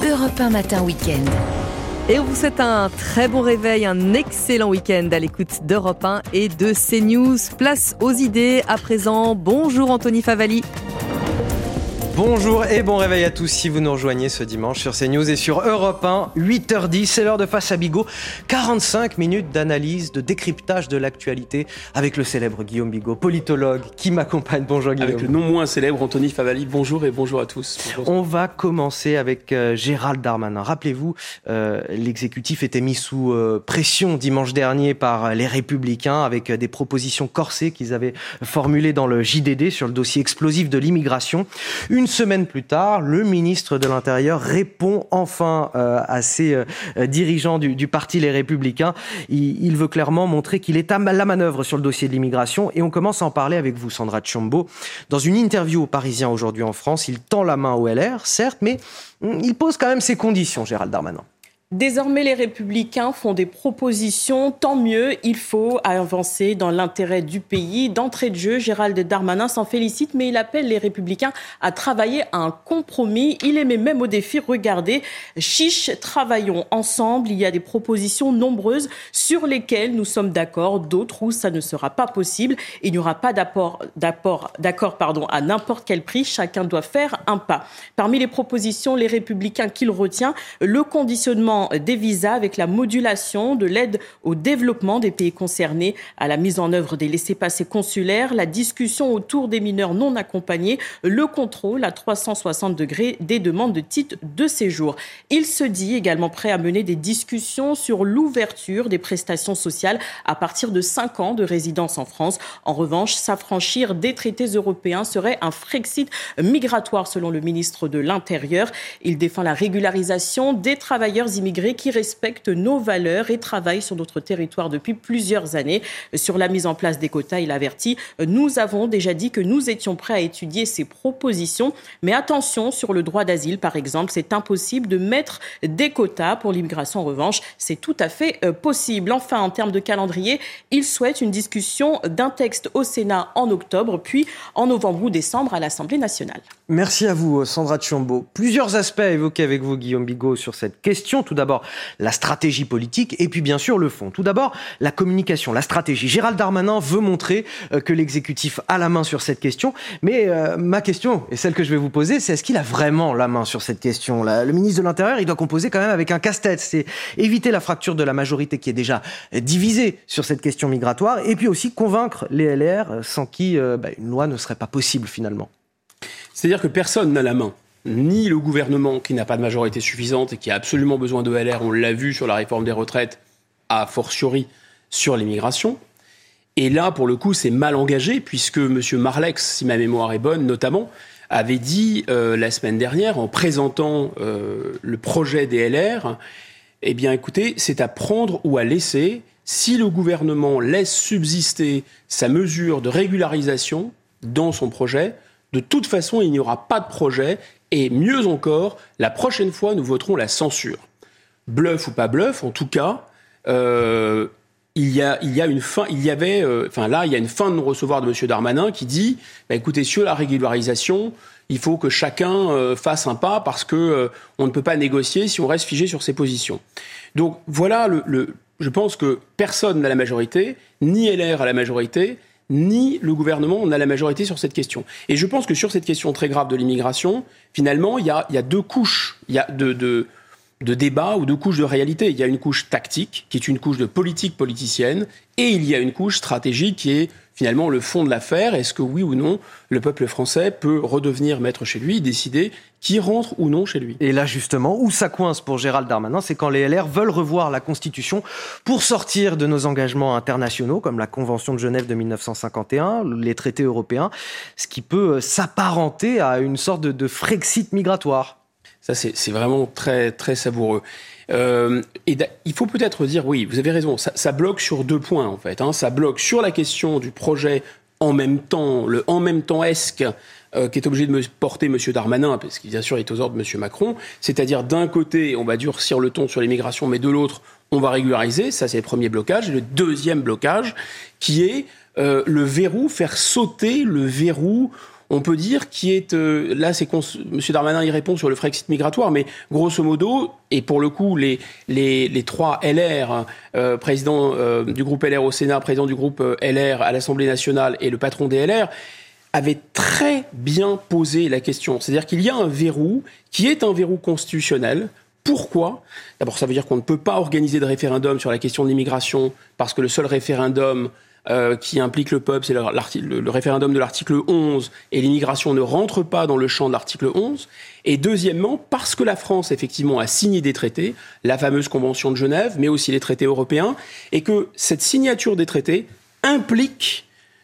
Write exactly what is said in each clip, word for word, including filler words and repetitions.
Europe un matin week-end. Et on vous souhaite un très bon réveil, un excellent week-end à l'écoute d'Europe un et de CNews. Place aux idées à présent. Bonjour Anthony Favali. Bonjour et bon réveil à tous si vous nous rejoignez ce dimanche sur CNews et sur Europe un, huit heures dix, c'est l'heure de Face à Bigot. quarante-cinq minutes d'analyse, de décryptage de l'actualité avec le célèbre Guillaume Bigot, politologue qui m'accompagne. Bonjour Guillaume. Avec le non moins célèbre Anthony Favali, bonjour et bonjour à tous. Bonjour. On va commencer avec euh, Gérald Darmanin. Rappelez-vous, euh, l'exécutif était mis sous euh, pression dimanche dernier par les Républicains avec euh, des propositions corsées qu'ils avaient formulées dans le J D D sur le dossier explosif de l'immigration. Une Une semaine plus tard, le ministre de l'Intérieur répond enfin euh, à ses euh, dirigeants du, du parti Les Républicains. Il, il veut clairement montrer qu'il est à la manœuvre sur le dossier de l'immigration. Et on commence à en parler avec vous, Sandra Tchombo. Dans une interview aux Parisiens aujourd'hui en France, il tend la main au L R, certes, mais il pose quand même ses conditions, Gérald Darmanin. Désormais, les Républicains font des propositions. Tant mieux, il faut avancer dans l'intérêt du pays. D'entrée de jeu, Gérald Darmanin s'en félicite, mais il appelle les Républicains à travailler à un compromis. Il émet même au défi, regardez, chiche, travaillons ensemble. Il y a des propositions nombreuses sur lesquelles nous sommes d'accord, d'autres où ça ne sera pas possible. Il n'y aura pas d'apport, d'apport, d'accord pardon, à n'importe quel prix. Chacun doit faire un pas. Parmi les propositions, les Républicains qu'il retient, le conditionnement des visas avec la modulation de l'aide au développement des pays concernés à la mise en œuvre des laissez-passer consulaires, la discussion autour des mineurs non accompagnés, le contrôle à trois cent soixante degrés des demandes de titres de séjour. Il se dit également prêt à mener des discussions sur l'ouverture des prestations sociales à partir de cinq ans de résidence en France. En revanche, s'affranchir des traités européens serait un Frexit migratoire selon le ministre de l'Intérieur. Il défend la régularisation des travailleurs immigrés qui respectent nos valeurs et travaillent sur notre territoire depuis plusieurs années. Sur la mise en place des quotas, il avertit « Nous avons déjà dit que nous étions prêts à étudier ces propositions, mais attention, sur le droit d'asile, par exemple, c'est impossible de mettre des quotas. Pour l'immigration, en revanche, c'est tout à fait possible. » Enfin, en termes de calendrier, il souhaite une discussion d'un texte au Sénat en octobre, puis en novembre ou décembre à l'Assemblée nationale. Merci à vous, Sandra Tchombo. Plusieurs aspects à évoquer avec vous, Guillaume Bigot, sur cette question. Tout d'abord, la stratégie politique et puis bien sûr le fond. Tout d'abord, la communication, la stratégie. Gérald Darmanin veut montrer euh, que l'exécutif a la main sur cette question. Mais euh, ma question, et celle que je vais vous poser, c'est est-ce qu'il a vraiment la main sur cette question là ? Le ministre de l'Intérieur, il doit composer quand même avec un casse-tête. C'est éviter la fracture de la majorité qui est déjà divisée sur cette question migratoire et puis aussi convaincre les L R sans qui euh, bah, une loi ne serait pas possible finalement. C'est-à-dire que personne n'a la main. Ni le gouvernement qui n'a pas de majorité suffisante et qui a absolument besoin de L R, on l'a vu sur la réforme des retraites, a fortiori sur l'immigration. Et là, pour le coup, c'est mal engagé puisque M. Marlex, si ma mémoire est bonne, notamment, avait dit euh, la semaine dernière, en présentant euh, le projet des L R, eh bien écoutez, c'est à prendre ou à laisser. Si le gouvernement laisse subsister sa mesure de régularisation dans son projet, de toute façon, il n'y aura pas de projet. Et mieux encore, la prochaine fois, nous voterons la censure. Bluff ou pas bluff, en tout cas, euh, il y a, il y a une fin, il y avait, euh, enfin là, il y a une fin de non-recevoir de M. Darmanin qui dit, bah, écoutez, sur la régularisation, il faut que chacun euh, fasse un pas parce que euh, on ne peut pas négocier si on reste figé sur ses positions. Donc voilà, le, le, je pense que personne n'a la majorité, ni L R à la majorité, ni le gouvernement n'a la majorité sur cette question. Et je pense que sur cette question très grave de l'immigration, finalement, il y a, il y a deux couches il y a de, de, de débat ou deux couches de réalité. Il y a une couche tactique, qui est une couche de politique politicienne, et il y a une couche stratégique qui est finalement le fond de l'affaire. Est-ce que oui ou non, le peuple français peut redevenir maître chez lui, décider qui rentre ou non chez lui. Et là justement, où ça coince pour Gérald Darmanin, c'est quand les L R veulent revoir la Constitution pour sortir de nos engagements internationaux, comme la Convention de Genève de dix-neuf cent cinquante et un, les traités européens, ce qui peut s'apparenter à une sorte de, de Frexit migratoire. Ça, c'est, c'est vraiment très, très savoureux. Euh, et il faut peut-être dire, oui, vous avez raison, ça, ça bloque sur deux points, en fait. Hein. Ça bloque sur la question du projet en même temps, le en même temps-esque, euh, qui est obligé de me porter M. Darmanin, parce qu'il bien sûr est aux ordres de M. Macron, c'est-à-dire d'un côté, on va durcir le ton sur l'immigration, mais de l'autre, on va régulariser, ça c'est le premier blocage. Et le deuxième blocage, qui est euh, le verrou, faire sauter le verrou on peut dire, qui est... Euh, là, c'est cons- M. Darmanin y répond sur le Frexit migratoire, mais grosso modo, et pour le coup, les, les, les trois L R, euh, président euh, du groupe L R au Sénat, président du groupe euh, L R à l'Assemblée nationale et le patron des L R, avaient très bien posé la question. C'est-à-dire qu'il y a un verrou qui est un verrou constitutionnel. Pourquoi ? D'abord, ça veut dire qu'on ne peut pas organiser de référendum sur la question de l'immigration parce que le seul référendum Euh, qui implique le peuple, c'est le, le, le référendum de l'article onze, et l'immigration ne rentre pas dans le champ de l'article onze. Et deuxièmement, parce que la France, effectivement, a signé des traités, la fameuse Convention de Genève, mais aussi les traités européens, et que cette signature des traités implique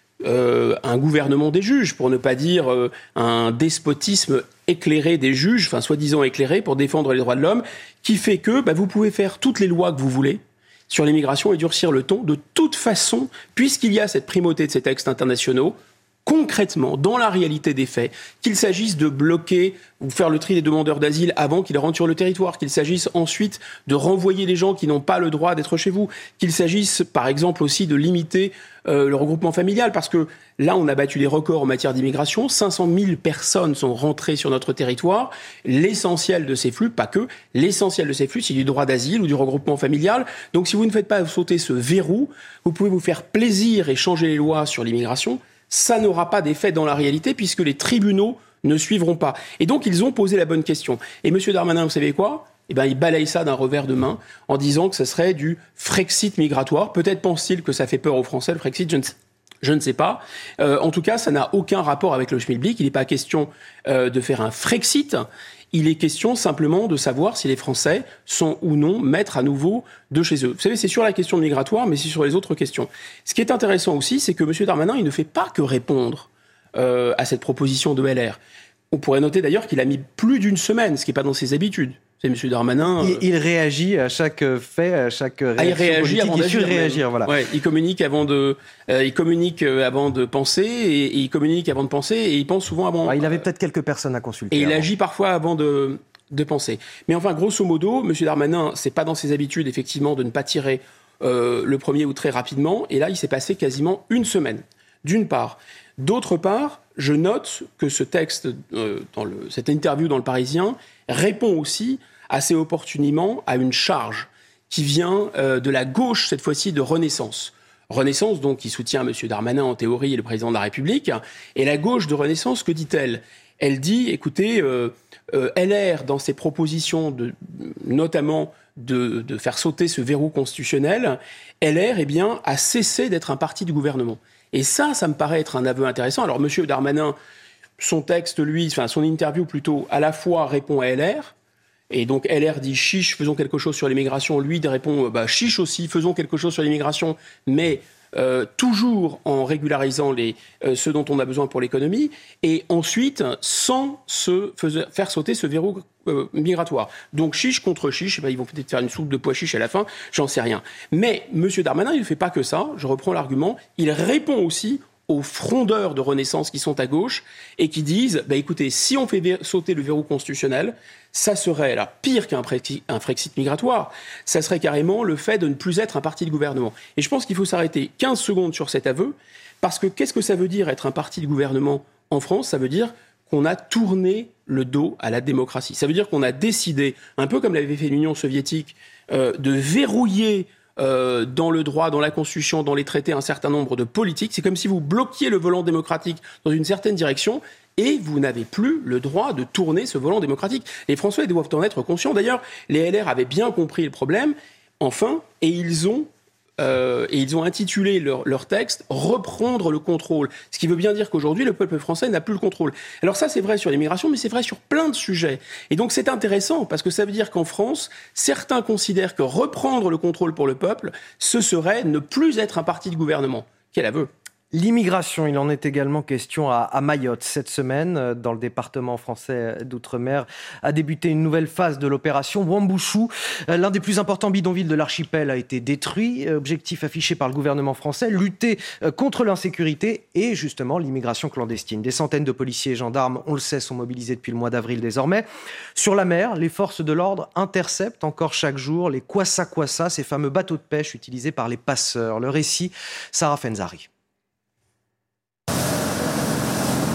euh, un gouvernement des juges, pour ne pas dire euh, un despotisme éclairé des juges, enfin soi-disant éclairé, pour défendre les droits de l'homme, qui fait que bah, vous pouvez faire toutes les lois que vous voulez sur l'immigration et durcir le ton. De toute façon, puisqu'il y a cette primauté de ces textes internationaux, concrètement, dans la réalité des faits, qu'il s'agisse de bloquer ou faire le tri des demandeurs d'asile avant qu'ils rentrent sur le territoire, qu'il s'agisse ensuite de renvoyer les gens qui n'ont pas le droit d'être chez vous, qu'il s'agisse par exemple aussi de limiter euh, le regroupement familial, parce que là on a battu les records en matière d'immigration, cinq cent mille personnes sont rentrées sur notre territoire, l'essentiel de ces flux, pas que, l'essentiel de ces flux c'est du droit d'asile ou du regroupement familial, donc si vous ne faites pas sauter ce verrou, vous pouvez vous faire plaisir et changer les lois sur l'immigration, ça n'aura pas d'effet dans la réalité puisque les tribunaux ne suivront pas. Et donc, ils ont posé la bonne question. Et M. Darmanin, vous savez quoi ? Eh ben, il balaye ça d'un revers de main en disant que ce serait du Frexit migratoire. Peut-être pense-t-il que ça fait peur aux Français, le Frexit, je ne sais, je ne sais pas. Euh, en tout cas, ça n'a aucun rapport avec le schmilblick. Il n'est pas question euh, de faire un Frexit. Il est question simplement de savoir si les Français sont ou non maîtres à nouveau de chez eux. Vous savez, c'est sur la question migratoire, mais c'est sur les autres questions. Ce qui est intéressant aussi, c'est que M. Darmanin, il ne fait pas que répondre euh, à cette proposition de L R. On pourrait noter d'ailleurs qu'il a mis plus d'une semaine, ce qui n'est pas dans ses habitudes. C'est M. Darmanin... Euh... Il, il réagit à chaque fait, à chaque réaction ah, il réagit politique. Avant il il réagir, voilà. Ouais, il communique avant de, euh, il communique avant de penser, et, et il communique avant de penser, et il pense souvent avant... Ah, il avait peut-être quelques personnes à consulter. Et avant. il agit parfois avant de, de penser. Mais enfin, grosso modo, M. Darmanin, c'est pas dans ses habitudes, effectivement, de ne pas tirer euh, le premier ou très rapidement, et là, il s'est passé quasiment une semaine, d'une part. D'autre part, je note que ce texte, euh, dans le, cette interview dans Le Parisien, répond aussi assez opportunément à une charge qui vient euh, de la gauche, cette fois-ci de Renaissance. Renaissance, donc, qui soutient M. Darmanin en théorie et le président de la République. Et la gauche de Renaissance, que dit-elle ? Elle dit, écoutez, euh, euh, L R, dans ses propositions, de, notamment de, de faire sauter ce verrou constitutionnel, L R, eh bien, a cessé d'être un parti du gouvernement. Et ça, ça me paraît être un aveu intéressant. Alors, M. Darmanin, son texte, lui, enfin, son interview plutôt, à la fois répond à L R, et donc L R dit chiche, faisons quelque chose sur l'immigration. Lui il répond bah, chiche aussi, faisons quelque chose sur l'immigration, mais euh, toujours en régularisant les, euh, ce dont on a besoin pour l'économie, et ensuite sans se faiser, faire sauter ce verrou euh, migratoire. Donc chiche contre chiche, bah, ils vont peut-être faire une soupe de pois chiche à la fin, j'en sais rien. Mais M. Darmanin, il ne fait pas que ça, je reprends l'argument, il répond aussi aux frondeurs de Renaissance qui sont à gauche et qui disent bah, écoutez, si on fait ver- sauter le verrou constitutionnel, ça serait là, pire qu'un Frexit, un Frexit migratoire, ça serait carrément le fait de ne plus être un parti de gouvernement. Et je pense qu'il faut s'arrêter quinze secondes sur cet aveu, parce que qu'est-ce que ça veut dire être un parti de gouvernement en France ? Ça veut dire qu'on a tourné le dos à la démocratie. Ça veut dire qu'on a décidé, un peu comme l'avait fait l'Union soviétique, euh, de verrouiller Euh, dans le droit, dans la Constitution, dans les traités, un certain nombre de politiques. C'est comme si vous bloquiez le volant démocratique dans une certaine direction et vous n'avez plus le droit de tourner ce volant démocratique. Les Français doivent en être conscients. D'ailleurs, les L R avaient bien compris le problème, enfin, et ils ont, euh, et ils ont intitulé leur, leur texte « Reprendre le contrôle », ce qui veut bien dire qu'aujourd'hui, le peuple français n'a plus le contrôle. Alors ça, c'est vrai sur l'immigration, mais c'est vrai sur plein de sujets. Et donc c'est intéressant, parce que ça veut dire qu'en France, certains considèrent que reprendre le contrôle pour le peuple, ce serait ne plus être un parti de gouvernement. Quel aveu! L'immigration, il en est également question à, à Mayotte. Cette semaine, dans le département français d'Outre-mer, a débuté une nouvelle phase de l'opération Wambouchou. L'un des plus importants bidonvilles de l'archipel a été détruit. Objectif affiché par le gouvernement français, lutter contre l'insécurité et justement l'immigration clandestine. Des centaines de policiers et gendarmes, on le sait, sont mobilisés depuis le mois d'avril désormais. Sur la mer, les forces de l'ordre interceptent encore chaque jour les kwassa-kwassa, ces fameux bateaux de pêche utilisés par les passeurs. Le récit, Sarah Fenzari.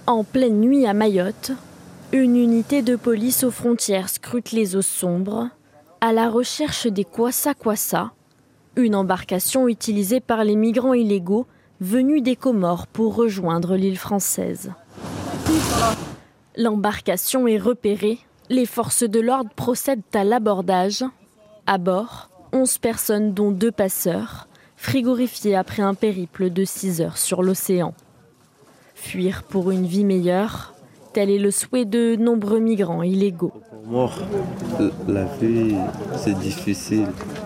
En pleine nuit à Mayotte, une unité de police aux frontières scrute les eaux sombres à la recherche des kwassa-kwassa, une embarcation utilisée par les migrants illégaux venus des Comores pour rejoindre l'île française. L'embarcation est repérée, les forces de l'ordre procèdent à l'abordage. À bord, onze personnes dont deux passeurs, frigorifiés après un périple de six heures sur l'océan. Fuir pour une vie meilleure, tel est le souhait de nombreux migrants illégaux. Pour moi, la vie, c'est difficile.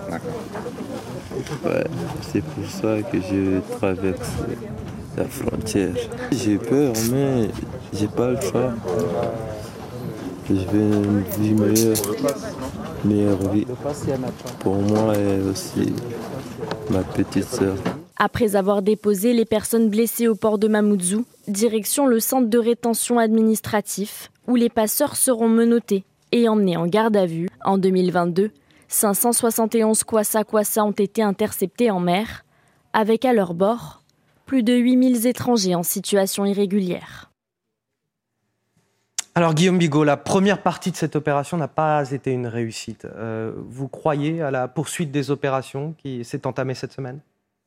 Ouais, c'est pour ça que je traverse la frontière. J'ai peur, mais j'ai pas le choix. Je veux une vie meilleure, meilleure vie pour moi et aussi ma petite sœur. Après avoir déposé les personnes blessées au port de Mamoudzou, direction le centre de rétention administratif, où les passeurs seront menottés et emmenés en garde à vue. En deux mille vingt-deux, cinq cent soixante et onze kwassa-kwassa ont été interceptés en mer, avec à leur bord plus de huit mille étrangers en situation irrégulière. Alors Guillaume Bigot, la première partie de cette opération n'a pas été une réussite. Euh, vous croyez à la poursuite des opérations qui s'est entamée cette semaine ?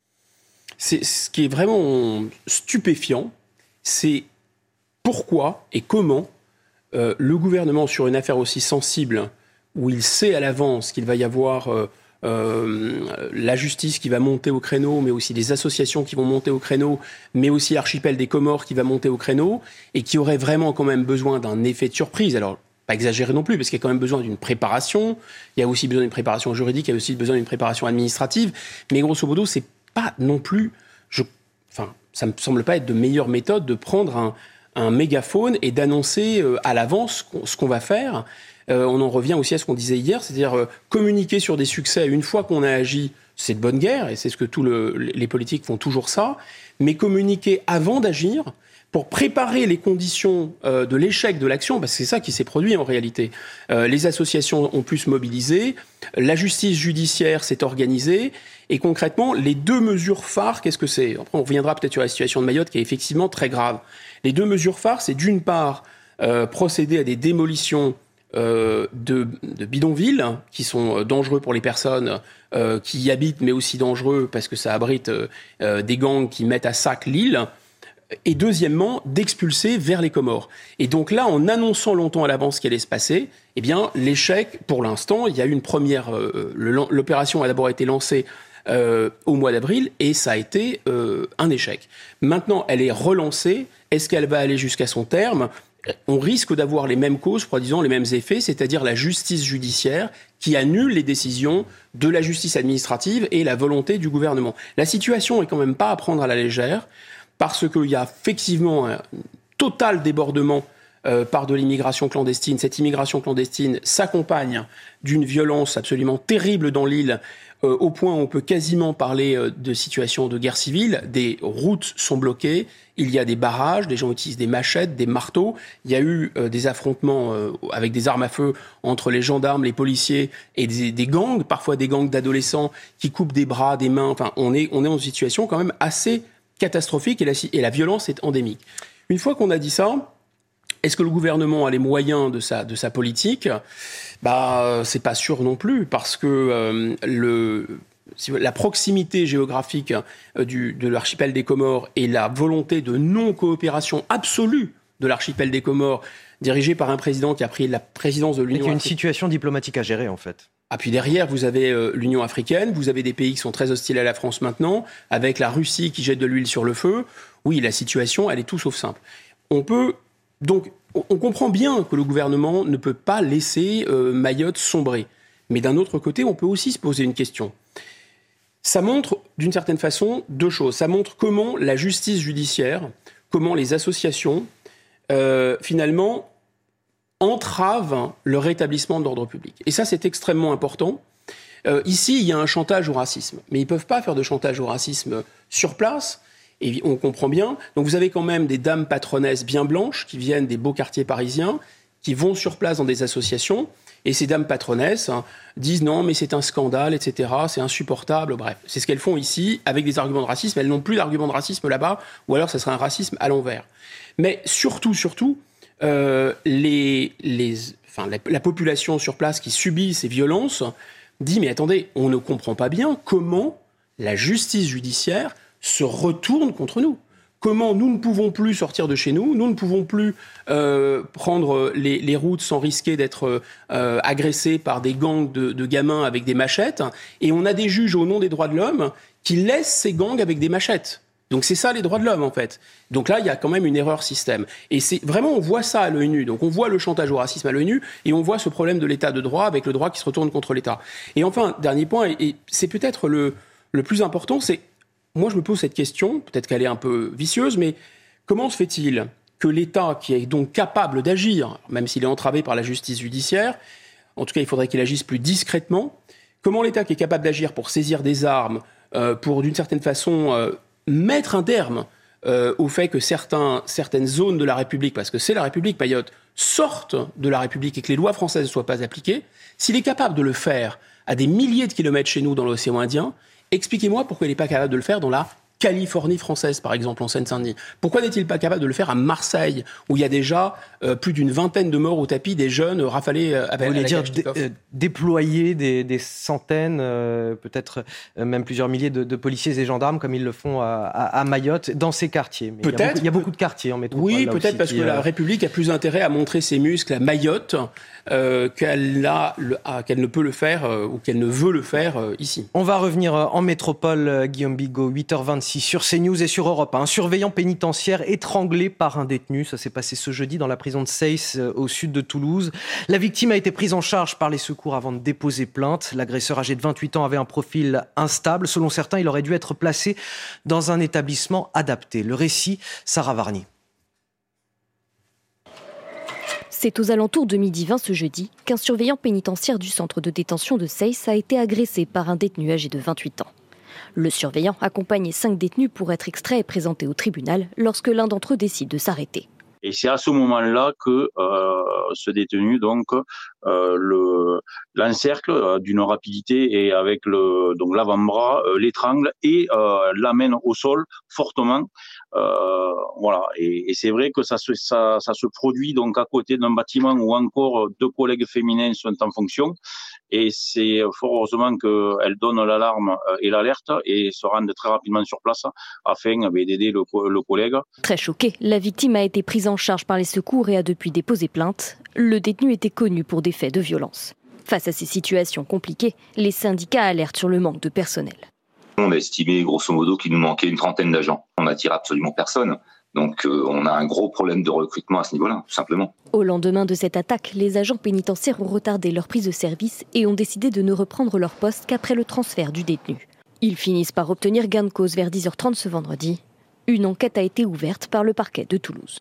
C'est, ce qui est vraiment stupéfiant, c'est pourquoi et comment euh, le gouvernement, sur une affaire aussi sensible, où il sait à l'avance qu'il va y avoir euh, euh, la justice qui va monter au créneau, mais aussi des associations qui vont monter au créneau, mais aussi l'archipel des Comores qui va monter au créneau, et qui aurait vraiment quand même besoin d'un effet de surprise. Alors, pas exagéré non plus, parce qu'il y a quand même besoin d'une préparation, il y a aussi besoin d'une préparation juridique, il y a aussi besoin d'une préparation administrative, mais grosso modo, c'est pas non plus, je, enfin, ça me semble pas être de meilleure méthode de prendre un, un mégaphone et d'annoncer euh, à l'avance ce qu'on va faire. Euh, on en revient aussi à ce qu'on disait hier, c'est-à-dire euh, communiquer sur des succès une fois qu'on a agi, c'est de bonne guerre, et c'est ce que tous le, les politiques font toujours ça, mais communiquer avant d'agir, pour préparer les conditions euh, de l'échec de l'action, parce que c'est ça qui s'est produit en réalité. Euh, les associations ont pu se mobiliser, la justice judiciaire s'est organisée, et concrètement, les deux mesures phares, qu'est-ce que c'est ? Après, on reviendra peut-être sur la situation de Mayotte, qui est effectivement très grave. Les deux mesures phares, c'est d'une part euh, procéder à des démolitions euh, de, de bidonvilles, qui sont dangereux pour les personnes euh, qui y habitent, mais aussi dangereux parce que ça abrite euh, des gangs qui mettent à sac l'île. Et deuxièmement, d'expulser vers les Comores. Et donc là, en annonçant longtemps à l'avance ce qui allait se passer, eh bien, l'échec, pour l'instant, il y a eu une première... Euh, l'opération a d'abord été lancée euh, au mois d'avril, et ça a été euh, un échec. Maintenant, elle est relancée. Est-ce qu'elle va aller jusqu'à son terme ? On risque d'avoir les mêmes causes, produisant les mêmes effets, c'est-à-dire la justice judiciaire qui annule les décisions de la justice administrative et la volonté du gouvernement. La situation est quand même pas à prendre à la légère, parce qu'il y a effectivement un total débordement euh, par de l'immigration clandestine. Cette immigration clandestine s'accompagne d'une violence absolument terrible dans l'île, euh, au point où on peut quasiment parler euh, de situation de guerre civile. Des routes sont bloquées, il y a des barrages, des gens utilisent des machettes, des marteaux. Il y a eu euh, des affrontements euh, avec des armes à feu entre les gendarmes, les policiers et des, des gangs, parfois des gangs d'adolescents qui coupent des bras, des mains. Enfin, on est, on est dans une situation quand même assez catastrophique, et la, et la violence est endémique. Une fois qu'on a dit ça, est-ce que le gouvernement a les moyens de sa, de sa politique ? Bah, c'est pas sûr non plus, parce que euh, le, la proximité géographique euh, du, de l'archipel des Comores et la volonté de non-coopération absolue de l'archipel des Comores, dirigé par un président qui a pris la présidence de l'Union africaine. C'est une situation diplomatique à gérer, en fait. Ah, puis derrière, vous avez euh, l'Union africaine, vous avez des pays qui sont très hostiles à la France maintenant, avec la Russie qui jette de l'huile sur le feu. Oui, la situation, elle est tout sauf simple. On peut donc, on comprend bien que le gouvernement ne peut pas laisser euh, Mayotte sombrer. Mais d'un autre côté, on peut aussi se poser une question. Ça montre, d'une certaine façon, deux choses. Ça montre comment la justice judiciaire, comment les associations, euh, finalement, entravent le rétablissement de l'ordre public. Et ça, c'est extrêmement important. Euh, ici, il y a un chantage au racisme. Mais ils ne peuvent pas faire de chantage au racisme sur place. Et on comprend bien. Donc vous avez quand même des dames patronesses bien blanches qui viennent des beaux quartiers parisiens, qui vont sur place dans des associations, et ces dames patronesses hein, disent non, mais c'est un scandale, et cetera, c'est insupportable, bref. C'est ce qu'elles font ici, avec des arguments de racisme. Elles n'ont plus d'arguments de racisme là-bas, ou alors ça serait un racisme à l'envers. Mais surtout, surtout, euh, les, les, enfin, la, la population sur place qui subit ces violences dit, mais attendez, on ne comprend pas bien comment la justice judiciaire se retourne contre nous. Comment nous ne pouvons plus sortir de chez nous, nous ne pouvons plus euh, prendre les, les routes sans risquer d'être euh, agressés par des gangs de, de gamins avec des machettes, et on a des juges au nom des droits de l'homme qui laissent ces gangs avec des machettes. Donc c'est ça les droits de l'homme en fait. Donc là il y a quand même une erreur système. Et c'est vraiment on voit ça à l'œil nu. Donc on voit le chantage au racisme à l'œil nu et on voit ce problème de l'état de droit avec le droit qui se retourne contre l'État. Et enfin dernier point, et, et c'est peut-être le, le plus important, c'est moi je me pose cette question, peut-être qu'elle est un peu vicieuse, mais comment se fait-il que l'État qui est donc capable d'agir, même s'il est entravé par la justice judiciaire, en tout cas il faudrait qu'il agisse plus discrètement, comment l'État qui est capable d'agir pour saisir des armes, euh, pour d'une certaine façon euh, mettre un terme euh, au fait que certains, certaines zones de la République, parce que c'est la République, Mayotte, sortent de la République et que les lois françaises ne soient pas appliquées, s'il est capable de le faire à des milliers de kilomètres chez nous dans l'océan Indien, expliquez-moi pourquoi il n'est pas capable de le faire dans la Californie française, par exemple, en Seine-Saint-Denis. Pourquoi n'est-il pas capable de le faire à Marseille, où il y a déjà euh, plus d'une vingtaine de morts au tapis, des jeunes rafalés euh, avec Vous voulez la dire dé- euh, déployer des, des centaines, euh, peut-être euh, même plusieurs milliers de, de policiers et gendarmes, comme ils le font à, à, à Mayotte, dans ces quartiers. Mais peut-être. Il y a beaucoup, il y a beaucoup de quartiers en métropole. Oui, là peut-être aussi, parce qui, que euh... la République a plus intérêt à montrer ses muscles à Mayotte euh, qu'elle, a le, à, qu'elle ne peut le faire euh, ou qu'elle ne veut le faire euh, ici. On va revenir en métropole, euh, Guillaume Bigot, huit heures vingt-six sur CNews et sur Europe. Un surveillant pénitentiaire étranglé par un détenu. Ça s'est passé ce jeudi dans la prison de Seyss, euh, au sud de Toulouse. La victime a été prise en charge par les secours avant de déposer plainte. L'agresseur âgé de vingt-huit ans avait un profil instable. Selon certains, il aurait dû être placé dans un établissement adapté. Le récit, Sarah Varny. C'est aux alentours de midi vingt ce jeudi qu'un surveillant pénitentiaire du centre de détention de Seyss a été agressé par un détenu âgé de vingt-huit ans. Le surveillant accompagnait cinq détenus pour être extraits et présentés au tribunal lorsque l'un d'entre eux décide de s'arrêter. Et c'est à ce moment-là que euh, ce détenu donc euh, le l'encercle euh, d'une rapidité et avec le donc l'avant-bras euh, l'étrangle et euh, l'amène au sol fortement. Euh, voilà. Et, et c'est vrai que ça se ça ça se produit donc à côté d'un bâtiment où encore deux collègues féminins sont en fonction. Et c'est fort heureusement qu'elle donne l'alarme et l'alerte et se rendent très rapidement sur place afin d'aider le, le collègue. Très choquée, la victime a été prise en charge par les secours et a depuis déposé plainte. Le détenu était connu pour des faits de violence. Face à ces situations compliquées, les syndicats alertent sur le manque de personnel. On a estimé grosso modo qu'il nous manquait une trentaine d'agents. On n'attire absolument personne. Donc euh, on a un gros problème de recrutement à ce niveau-là, tout simplement. Au lendemain de cette attaque, les agents pénitentiaires ont retardé leur prise de service et ont décidé de ne reprendre leur poste qu'après le transfert du détenu. Ils finissent par obtenir gain de cause vers dix heures trente ce vendredi. Une enquête a été ouverte par le parquet de Toulouse.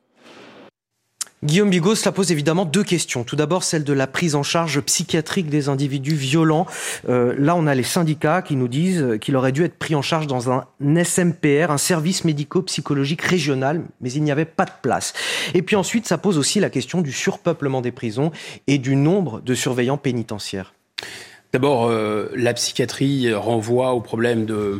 Guillaume Bigot, cela pose évidemment deux questions. Tout d'abord, celle de la prise en charge psychiatrique des individus violents. Euh, là, on a les syndicats qui nous disent qu'il aurait dû être pris en charge dans un S M P R, un service médico-psychologique régional, mais il n'y avait pas de place. Et puis ensuite, ça pose aussi la question du surpeuplement des prisons et du nombre de surveillants pénitentiaires. D'abord, euh, la psychiatrie renvoie au problème de...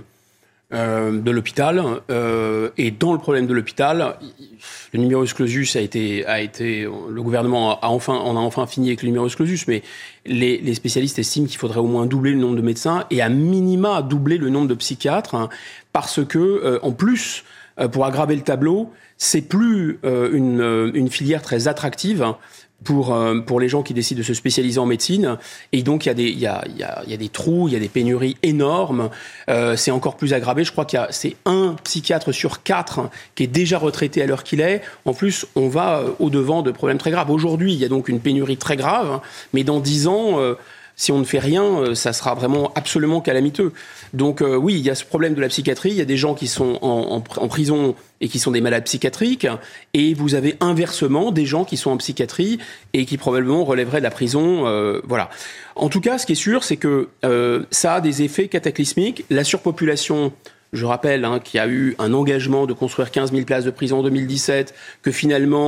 Euh, de l'hôpital euh, et dans le problème de l'hôpital, le numerus clausus a été, a été le gouvernement a enfin, on a enfin fini avec le numerus clausus, mais les, les spécialistes estiment qu'il faudrait au moins doubler le nombre de médecins et à minima doubler le nombre de psychiatres, hein, parce que euh, en plus, euh, pour aggraver le tableau, c'est plus euh, une, une filière très attractive. Hein, pour euh, pour les gens qui décident de se spécialiser en médecine, et donc il y a des il y a il y a il y a des trous, il y a des pénuries énormes. Euh, c'est encore plus aggravé. Je crois qu'il y a c'est un psychiatre sur quatre hein, qui est déjà retraité à l'heure qu'il est. En plus, on va euh, au devant de problèmes très graves. Aujourd'hui, il y a donc une pénurie très grave, hein, mais dans dix ans. Euh, Si on ne fait rien, ça sera vraiment absolument calamiteux. Donc euh, oui, il y a ce problème de la psychiatrie. Il y a des gens qui sont en, en, en prison et qui sont des malades psychiatriques. Et vous avez inversement des gens qui sont en psychiatrie et qui probablement relèveraient de la prison. Euh, voilà. En tout cas, ce qui est sûr, c'est que euh, ça a des effets cataclysmiques. La surpopulation... Je rappelle hein, qu'il y a eu un engagement de construire quinze mille places de prison en deux mille dix-sept, que finalement...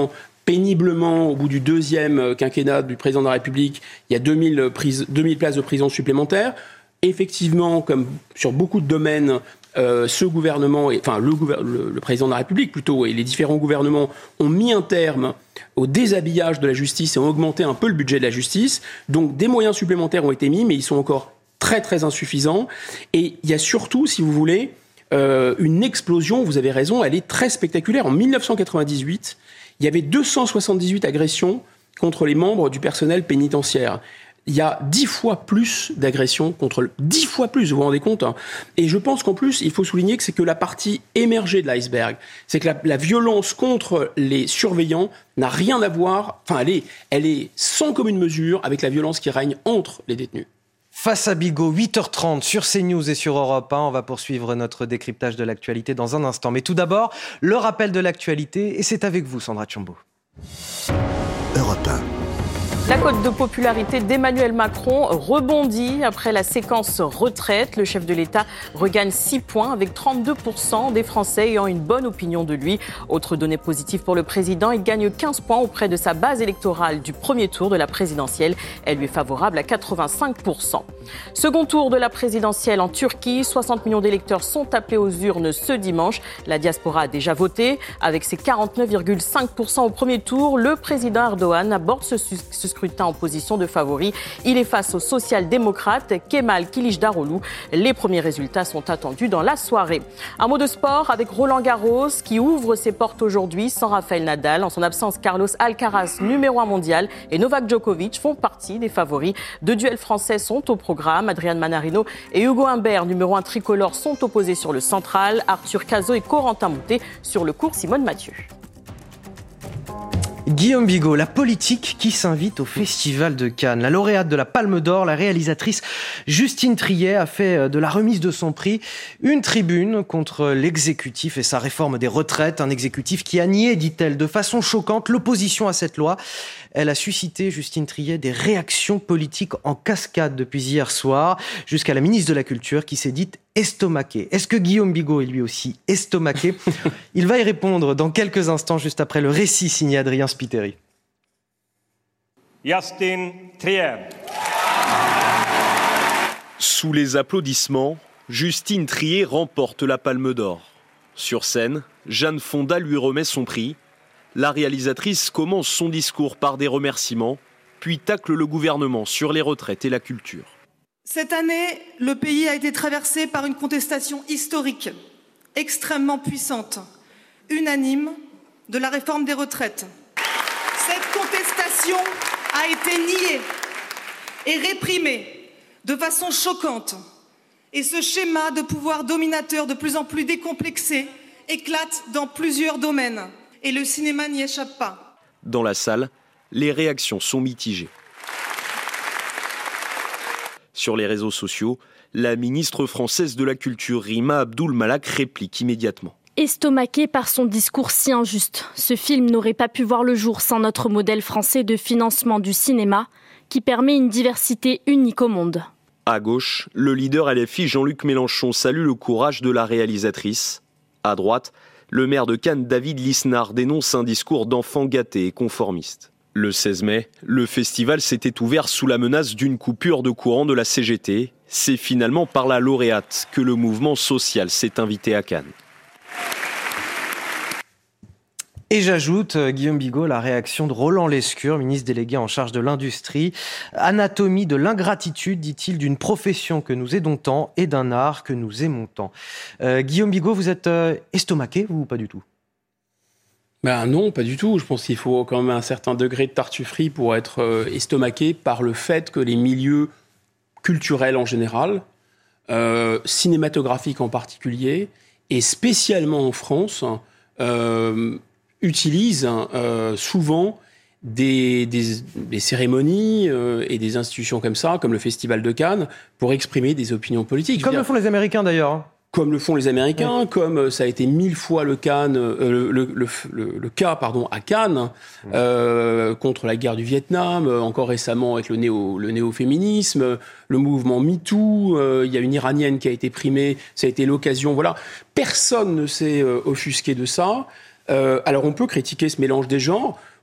péniblement, au bout du deuxième quinquennat du président de la République, il y a deux mille, prises, deux mille places de prison supplémentaires. Effectivement, comme sur beaucoup de domaines, euh, ce gouvernement, et, enfin le, le, le président de la République plutôt, et les différents gouvernements ont mis un terme au déshabillage de la justice et ont augmenté un peu le budget de la justice. Donc des moyens supplémentaires ont été mis, mais ils sont encore très très insuffisants. Et il y a surtout, si vous voulez, euh, une explosion, vous avez raison, elle est très spectaculaire. En dix-neuf cent quatre-vingt-dix-huit, il y avait deux cent soixante-dix-huit agressions contre les membres du personnel pénitentiaire. Il y a dix fois plus d'agressions contre... Le... dix fois plus, vous vous rendez compte, hein. Et je pense qu'en plus, il faut souligner que c'est que la partie émergée de l'iceberg. C'est que la, la violence contre les surveillants n'a rien à voir... Enfin, elle est, elle est sans commune mesure avec la violence qui règne entre les détenus. Face à Bigot, huit heures trente sur CNews et sur Europe un. On va poursuivre notre décryptage de l'actualité dans un instant. Mais tout d'abord, le rappel de l'actualité. Et c'est avec vous, Sandra Tchombo. Europe un. La cote de popularité d'Emmanuel Macron rebondit après la séquence retraite. Le chef de l'État regagne six points avec trente-deux pour cent des Français ayant une bonne opinion de lui. Autre donnée positive pour le président, il gagne quinze points auprès de sa base électorale du premier tour de la présidentielle. Elle lui est favorable à quatre-vingt-cinq pour cent. Second tour de la présidentielle en Turquie, soixante millions d'électeurs sont appelés aux urnes ce dimanche. La diaspora a déjà voté. Avec ses quarante-neuf virgule cinq pour cent au premier tour, le président Erdogan aborde ce, ce scrutin en position de favori. Il est face au social-démocrate Kemal Kılıçdaroğlu. Les premiers résultats sont attendus dans la soirée. Un mot de sport avec Roland Garros qui ouvre ses portes aujourd'hui sans Rafael Nadal. En son absence, Carlos Alcaraz, numéro un mondial, et Novak Djokovic font partie des favoris. Deux duels français sont au programme. Adrian Manarino et Hugo Humbert, numéro un tricolore, sont opposés sur le central. Arthur Cazot et Corentin Moutet sur le court Simone Mathieu. Guillaume Bigot, la politique qui s'invite au Festival de Cannes. La lauréate de la Palme d'Or, la réalisatrice Justine Triet, a fait de la remise de son prix une tribune contre l'exécutif et sa réforme des retraites. Un exécutif qui a nié, dit-elle, de façon choquante, l'opposition à cette loi. Elle a suscité, Justine Triet, des réactions politiques en cascade depuis hier soir, jusqu'à la ministre de la Culture qui s'est dite estomaquée. Est-ce que Guillaume Bigot est lui aussi estomaqué ? Il va y répondre dans quelques instants, juste après le récit signé Adrien Spiteri. Justine Triet. Sous les applaudissements, Justine Triet remporte la Palme d'Or. Sur scène, Jeanne Fonda lui remet son prix. La réalisatrice commence son discours par des remerciements, puis tacle le gouvernement sur les retraites et la culture. Cette année, le pays a été traversé par une contestation historique, extrêmement puissante, unanime, de la réforme des retraites. Cette contestation a été niée et réprimée de façon choquante. Et ce schéma de pouvoir dominateur de plus en plus décomplexé éclate dans plusieurs domaines. Et le cinéma n'y échappe pas. Dans la salle, les réactions sont mitigées. Sur les réseaux sociaux, la ministre française de la Culture, Rima Abdul Malak, réplique immédiatement. Estomaqué par son discours si injuste, ce film n'aurait pas pu voir le jour sans notre modèle français de financement du cinéma, qui permet une diversité unique au monde. À gauche, le leader L F I Jean-Luc Mélenchon salue le courage de la réalisatrice. À droite, le maire de Cannes, David Lisnard, dénonce un discours d'enfant gâté et conformiste. Le seize mai, le festival s'était ouvert sous la menace d'une coupure de courant de la C G T. C'est finalement par la lauréate que le mouvement social s'est invité à Cannes. Et j'ajoute, Guillaume Bigot, la réaction de Roland Lescure, ministre délégué en charge de l'industrie. Anatomie de l'ingratitude, dit-il, d'une profession que nous aidons tant et d'un art que nous aimons tant. Euh, Guillaume Bigot, vous êtes euh, estomaqué ou pas du tout ? Ben non, pas du tout. Je pense qu'il faut quand même un certain degré de tartufferie pour être euh, estomaqué par le fait que les milieux culturels en général, euh, cinématographiques en particulier, et spécialement en France, euh, utilisent euh, souvent des, des, des cérémonies euh, et des institutions comme ça, comme le Festival de Cannes, pour exprimer des opinions politiques. Comme le font les Américains d'ailleurs. Comme le font les Américains, ouais. Comme ça a été mille fois le, Cannes, euh, le, le, le, le, le cas pardon, à Cannes, euh, contre la guerre du Vietnam, euh, encore récemment avec le, néo, le néo-féminisme, le mouvement MeToo, euh, il y a une Iranienne qui a été primée, ça a été l'occasion, voilà. Personne ne s'est euh, offusqué de ça. Euh, alors on peut critiquer ce mélange des genres.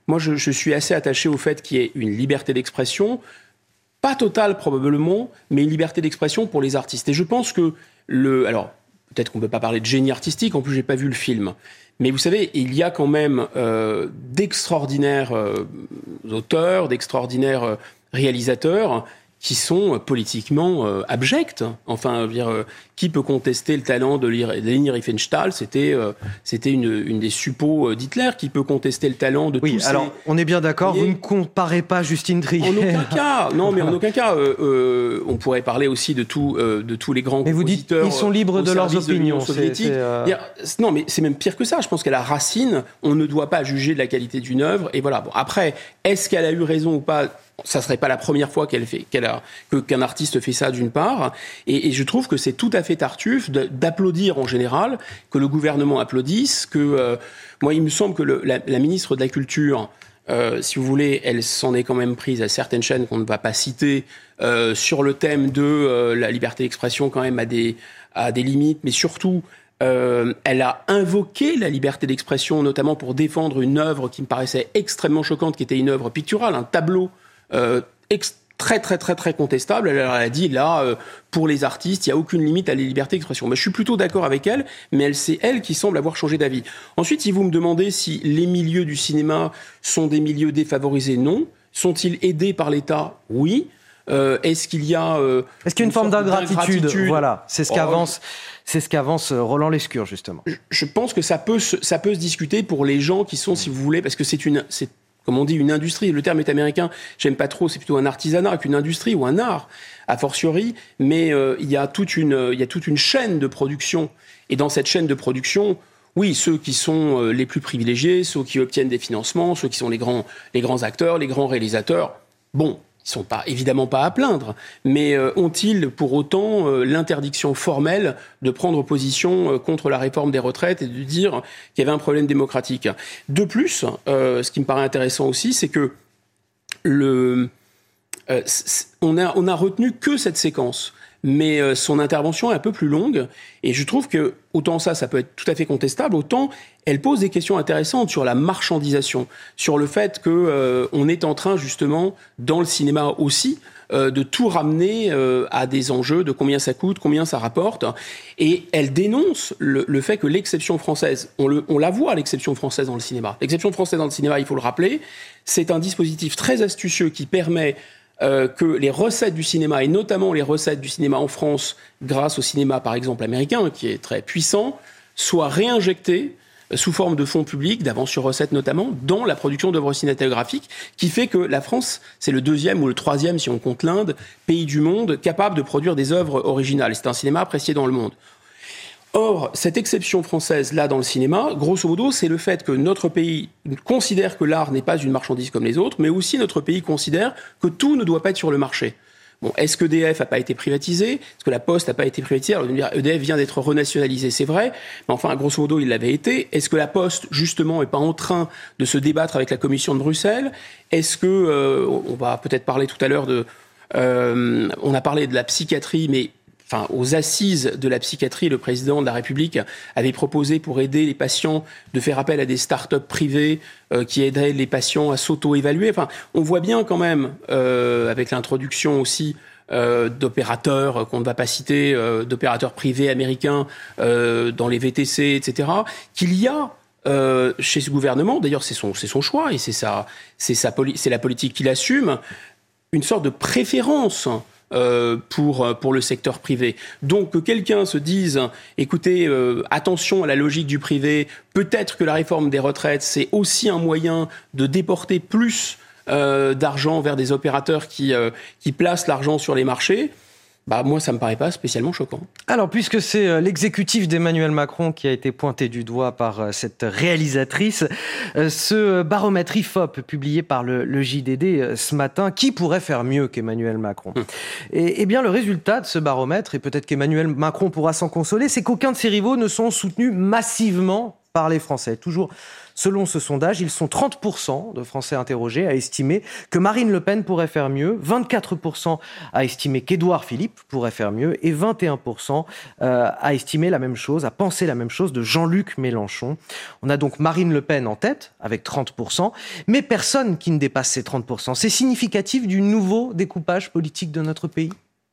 moi je, je suis assez attaché au fait qu'il y ait une liberté d'expression, pas totale probablement, mais une liberté d'expression pour les artistes. Et je pense que le... Alors, peut-être qu'on ne peut pas parler de génie artistique, en plus je n'ai pas vu le film. Mais vous savez, il y a quand même euh, d'extraordinaires euh, auteurs, d'extraordinaires euh, réalisateurs qui sont politiquement euh, abjects. Enfin, je veux dire, euh, qui peut contester le talent de Leni Riefenstahl ? C'était, euh, c'était une, une des suppôts d'Hitler. Qui peut contester le talent de oui, tous ces... Oui, alors, on est bien d'accord, vous ne comparez pas Justine Triet. En aucun cas, non, mais en aucun cas. Euh, euh, on pourrait parler aussi de, tout, euh, de tous les grands mais compositeurs. Mais vous dites, ils sont libres de leurs opinions. De soviétique. C'est, c'est, euh... Non, mais c'est même pire que ça. Je pense qu'à la racine, on ne doit pas juger de la qualité d'une œuvre. Et voilà. Bon, après, est-ce qu'elle a eu raison ou pas ? Ça serait pas la première fois qu'elle fait, qu'elle a, que, qu'un artiste fait ça, d'une part. Et, et je trouve que c'est tout à fait tartuffe de, d'applaudir en général, que le gouvernement applaudisse, que euh, moi, il me semble que le, la, la ministre de la Culture, euh, si vous voulez, elle s'en est quand même prise à certaines chaînes qu'on ne va pas citer, euh, sur le thème de euh, la liberté d'expression, quand même, à des, à des limites, mais surtout, Euh, elle a invoqué la liberté d'expression, notamment pour défendre une œuvre qui me paraissait extrêmement choquante, qui était une œuvre picturale, un tableau euh, ex- très très très très contestable. Elle, elle a dit là, euh, pour les artistes, il n'y a aucune limite à la liberté d'expression. Mais je suis plutôt d'accord avec elle, mais elle, c'est elle qui semble avoir changé d'avis. Ensuite, si vous me demandez si les milieux du cinéma sont des milieux défavorisés, non. Sont-ils aidés par l'État ? Oui. Euh, est-ce qu'il y a euh, est-ce qu'il y a une, une forme d'ingratitude, d'ingratitude Voilà, c'est ce qu'avance, oh, c'est ce qu'avance Roland Lescure justement. Je, je pense que ça peut, se, ça peut se discuter pour les gens qui sont, si vous voulez, parce que c'est une, c'est comme on dit, une industrie. Le terme est américain. J'aime pas trop. C'est plutôt un artisanat qu'une industrie ou un art, a fortiori. Mais euh, il y a toute une, il y a toute une chaîne de production. Et dans cette chaîne de production, oui, ceux qui sont euh, les plus privilégiés, ceux qui obtiennent des financements, ceux qui sont les grands, les grands acteurs, les grands réalisateurs. Bon. Ils ne sont pas, évidemment pas à plaindre, mais euh, ont-ils pour autant euh, l'interdiction formelle de prendre position euh, contre la réforme des retraites et de dire qu'il y avait un problème démocratique ? De plus, euh, ce qui me paraît intéressant aussi, c'est que le, euh, c'est, on a, on a retenu que cette séquence, mais euh, son intervention est un peu plus longue, et je trouve que autant ça, ça peut être tout à fait contestable, autant elle pose des questions intéressantes sur la marchandisation, sur le fait qu'on euh, est en train justement, dans le cinéma aussi, euh, de tout ramener euh, à des enjeux de combien ça coûte, combien ça rapporte. Et elle dénonce le, le fait que l'exception française, on, le, on la voit l'exception française dans le cinéma. L'exception française dans le cinéma, il faut le rappeler, c'est un dispositif très astucieux qui permet Euh, que les recettes du cinéma, et notamment les recettes du cinéma en France, grâce au cinéma par exemple américain, qui est très puissant, soient réinjectées euh, sous forme de fonds publics, d'avance sur recettes notamment, dans la production d'œuvres cinématographiques, qui fait que la France, c'est le deuxième ou le troisième, si on compte l'Inde, pays du monde capable de produire des œuvres originales. C'est un cinéma apprécié dans le monde. Or, cette exception française, là, dans le cinéma, grosso modo, c'est le fait que notre pays considère que l'art n'est pas une marchandise comme les autres, mais aussi notre pays considère que tout ne doit pas être sur le marché. Bon, est-ce que E D F n'a pas été privatisé ? Est-ce que la Poste n'a pas été privatisée ? Alors, E D F vient d'être renationalisé, c'est vrai, mais enfin, grosso modo, il l'avait été. Est-ce que la Poste, justement, n'est pas en train de se débattre avec la Commission de Bruxelles ? Est-ce que, euh, on va peut-être parler tout à l'heure de... Euh, on a parlé de la psychiatrie, mais... Enfin, aux assises de la psychiatrie, le président de la République avait proposé pour aider les patients de faire appel à des start-up privées euh, qui aideraient les patients à s'auto-évaluer. Enfin, on voit bien quand même, euh, avec l'introduction aussi euh, d'opérateurs qu'on ne va pas citer, euh, d'opérateurs privés américains euh, dans les V T C, et cetera, qu'il y a euh, chez ce gouvernement, d'ailleurs c'est son, c'est son choix et c'est, sa, c'est, sa, c'est la politique qu'il assume, une sorte de préférence Euh, pour, pour le secteur privé. Donc que quelqu'un se dise, écoutez, euh, attention à la logique du privé, peut-être que la réforme des retraites, c'est aussi un moyen de déporter plus euh, d'argent vers des opérateurs qui, euh, qui placent l'argent sur les marchés. Bah, moi, ça ne me paraît pas spécialement choquant. Alors, puisque c'est l'exécutif d'Emmanuel Macron qui a été pointé du doigt par cette réalisatrice, ce baromètre I F O P publié par le, le J D D ce matin, qui pourrait faire mieux qu'Emmanuel Macron ? hum. et, et bien, le résultat de ce baromètre, et peut-être qu'Emmanuel Macron pourra s'en consoler, c'est qu'aucun de ses rivaux ne sont soutenus massivement par les Français. Toujours selon ce sondage, ils sont trente pour cent de Français interrogés à estimer que Marine Le Pen pourrait faire mieux, vingt-quatre pour cent à estimer qu'Édouard Philippe pourrait faire mieux et vingt et un pour cent à estimer la même chose, à penser la même chose de Jean-Luc Mélenchon. On a donc Marine Le Pen en tête avec trente pour cent, mais personne qui ne dépasse ces trente pour cent. C'est significatif du nouveau découpage politique de notre pays ?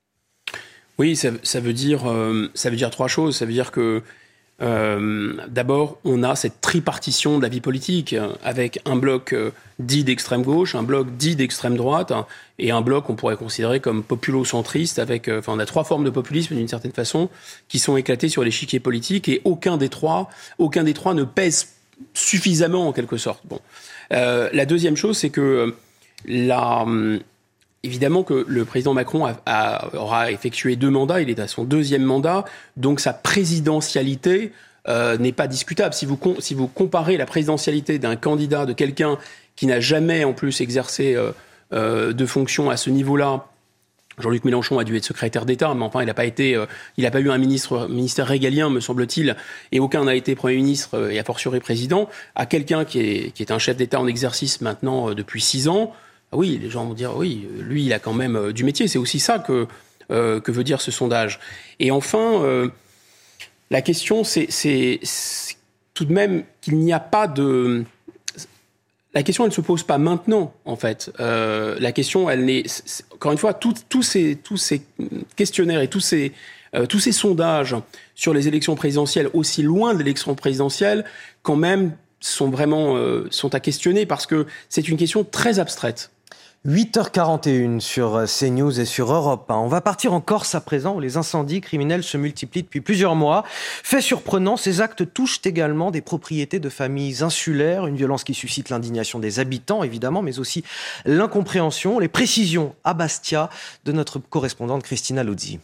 Oui, ça, ça, veut dire, euh, ça veut dire trois choses. Ça veut dire que Euh, d'abord, on a cette tripartition de la vie politique euh, avec un bloc euh, dit d'extrême gauche, un bloc dit d'extrême droite hein, et un bloc qu'on pourrait considérer comme populo-centriste. Avec, euh, enfin, on a trois formes de populisme d'une certaine façon qui sont éclatées sur l'échiquier politique et aucun des trois, aucun des trois ne pèse suffisamment en quelque sorte. Bon, euh, la deuxième chose, c'est que euh, la Évidemment que le président Macron a, a, aura effectué deux mandats, il est à son deuxième mandat, donc sa présidentialité euh, n'est pas discutable. Si vous, si vous comparez la présidentialité d'un candidat, de quelqu'un qui n'a jamais en plus exercé euh, euh, de fonction à ce niveau-là, Jean-Luc Mélenchon a dû être secrétaire d'État, mais enfin il n'a pas été, euh, il n'a pas eu un ministre, ministère régalien, me semble-t-il, et aucun n'a été Premier ministre euh, et a fortiori président, à quelqu'un qui est, qui est un chef d'État en exercice maintenant euh, depuis six ans. Oui, les gens vont dire, oui, lui, il a quand même du métier. C'est aussi ça que, euh, que veut dire ce sondage. Et enfin, euh, la question, c'est, c'est, c'est tout de même qu'il n'y a pas de... La question, elle ne se pose pas maintenant, en fait. Euh, la question, elle n'est... C'est, encore une fois, tous ces, tous ces questionnaires et tous ces, euh, tous ces sondages sur les élections présidentielles, aussi loin de l'élection présidentielle, quand même, sont vraiment euh, sont à questionner parce que c'est une question très abstraite. huit heures quarante et une sur CNews et sur Europe un. On va partir en Corse à présent où les incendies criminels se multiplient depuis plusieurs mois. Fait surprenant, ces actes touchent également des propriétés de familles insulaires, une violence qui suscite l'indignation des habitants évidemment, mais aussi l'incompréhension. Les précisions à Bastia de notre correspondante Christina Luzzi.